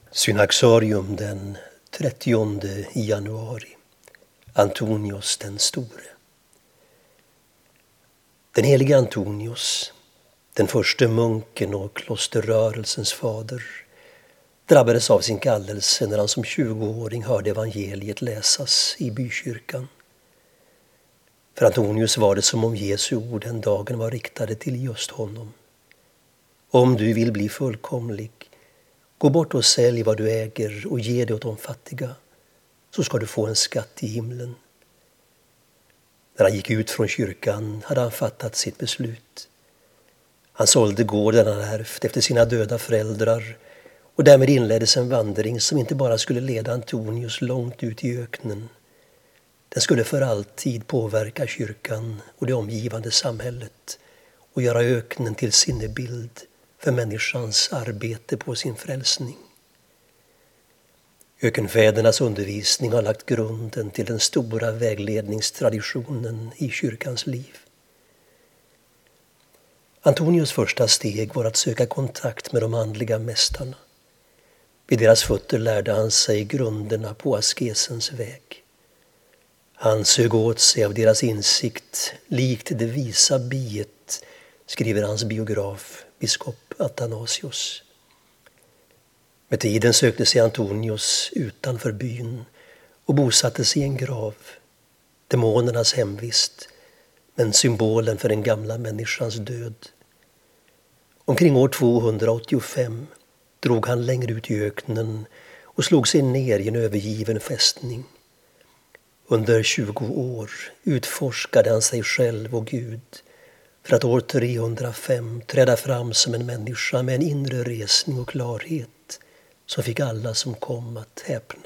Synaxarium den 30 januari. Antonios den store. Den helige Antonios, den första munken och klosterrörelsens fader, drabbades av sin kallelse när han som 20-åring hörde evangeliet läsas i bykyrkan. För Antonius var det som om Jesu ord den dagen var riktade till just honom. Om du vill bli fullkomlig, gå bort och sälj vad du äger och ge det åt de fattiga, så ska du få en skatt i himlen. När han gick ut från kyrkan hade han fattat sitt beslut. Han sålde gården han ärvt efter sina döda föräldrar, och därmed inleddes en vandring som inte bara skulle leda Antonius långt ut i öknen. Den skulle för alltid påverka kyrkan och det omgivande samhället och göra öknen till sinnebild för människans arbete på sin frälsning. Ökenfädernas undervisning har lagt grunden till den stora vägledningstraditionen i kyrkans liv. Antonius första steg var att söka kontakt med de andliga mästarna. Vid deras fötter lärde han sig grunderna på askesens väg. Han sög åt sig av deras insikt, likt det visa biet, skriver hans biograf, biskop Athanasius. Med tiden sökte sig Antonius utanför byn och bosatte sig i en grav, demonernas hemvist, men symbolen för den gamla människans död. Omkring år 285 drog han längre ut i öknen och slog sig ner i en övergiven fästning. Under 20 år utforskade han sig själv och Gud, för att år 305 träda fram som en människa med en inre resning och klarhet som fick alla som kom att häpna.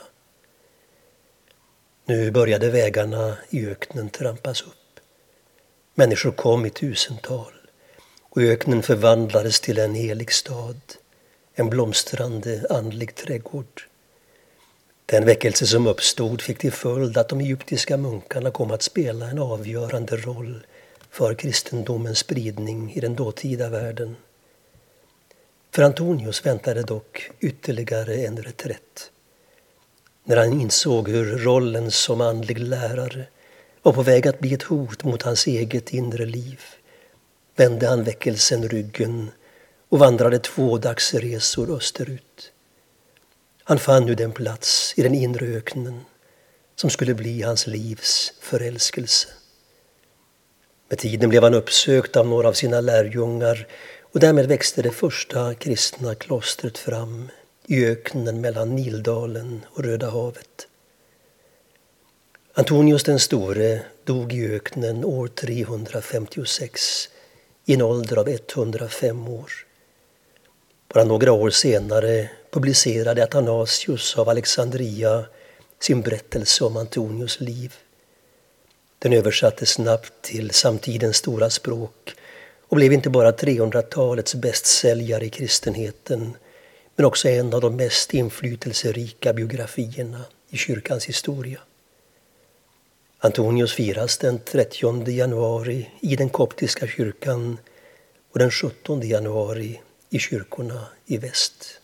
Nu började vägarna i öknen trampas upp. Människor kom i tusental och öknen förvandlades till en helig stad, en blomstrande andlig trädgård. Den väckelse som uppstod fick till följd att de egyptiska munkarna kom att spela en avgörande roll för kristendomens spridning i den dåtida världen. För Antonius väntade dock ytterligare en reträtt. När han insåg hur rollen som andlig lärare var på väg att bli ett hot mot hans eget inre liv, vände han väckelsen ryggen och vandrade 2 dagsresor österut. Han fann nu den plats i den inre öknen som skulle bli hans livs förälskelse. Med tiden blev han uppsökt av några av sina lärjungar, och därmed växte det första kristna klostret fram i öknen mellan Nildalen och Röda havet. Antonius den store dog i öknen år 356 i en ålder av 105 år. Bara några år senare publicerade Athanasius av Alexandria sin berättelse om Antonius liv. Den översattes snabbt till samtidens stora språk och blev inte bara 300-talets bästsäljare i kristenheten, men också en av de mest inflytelserika biografierna i kyrkans historia. Antonius firas den 30 januari i den koptiska kyrkan och den 17 januari i kyrkorna i väst.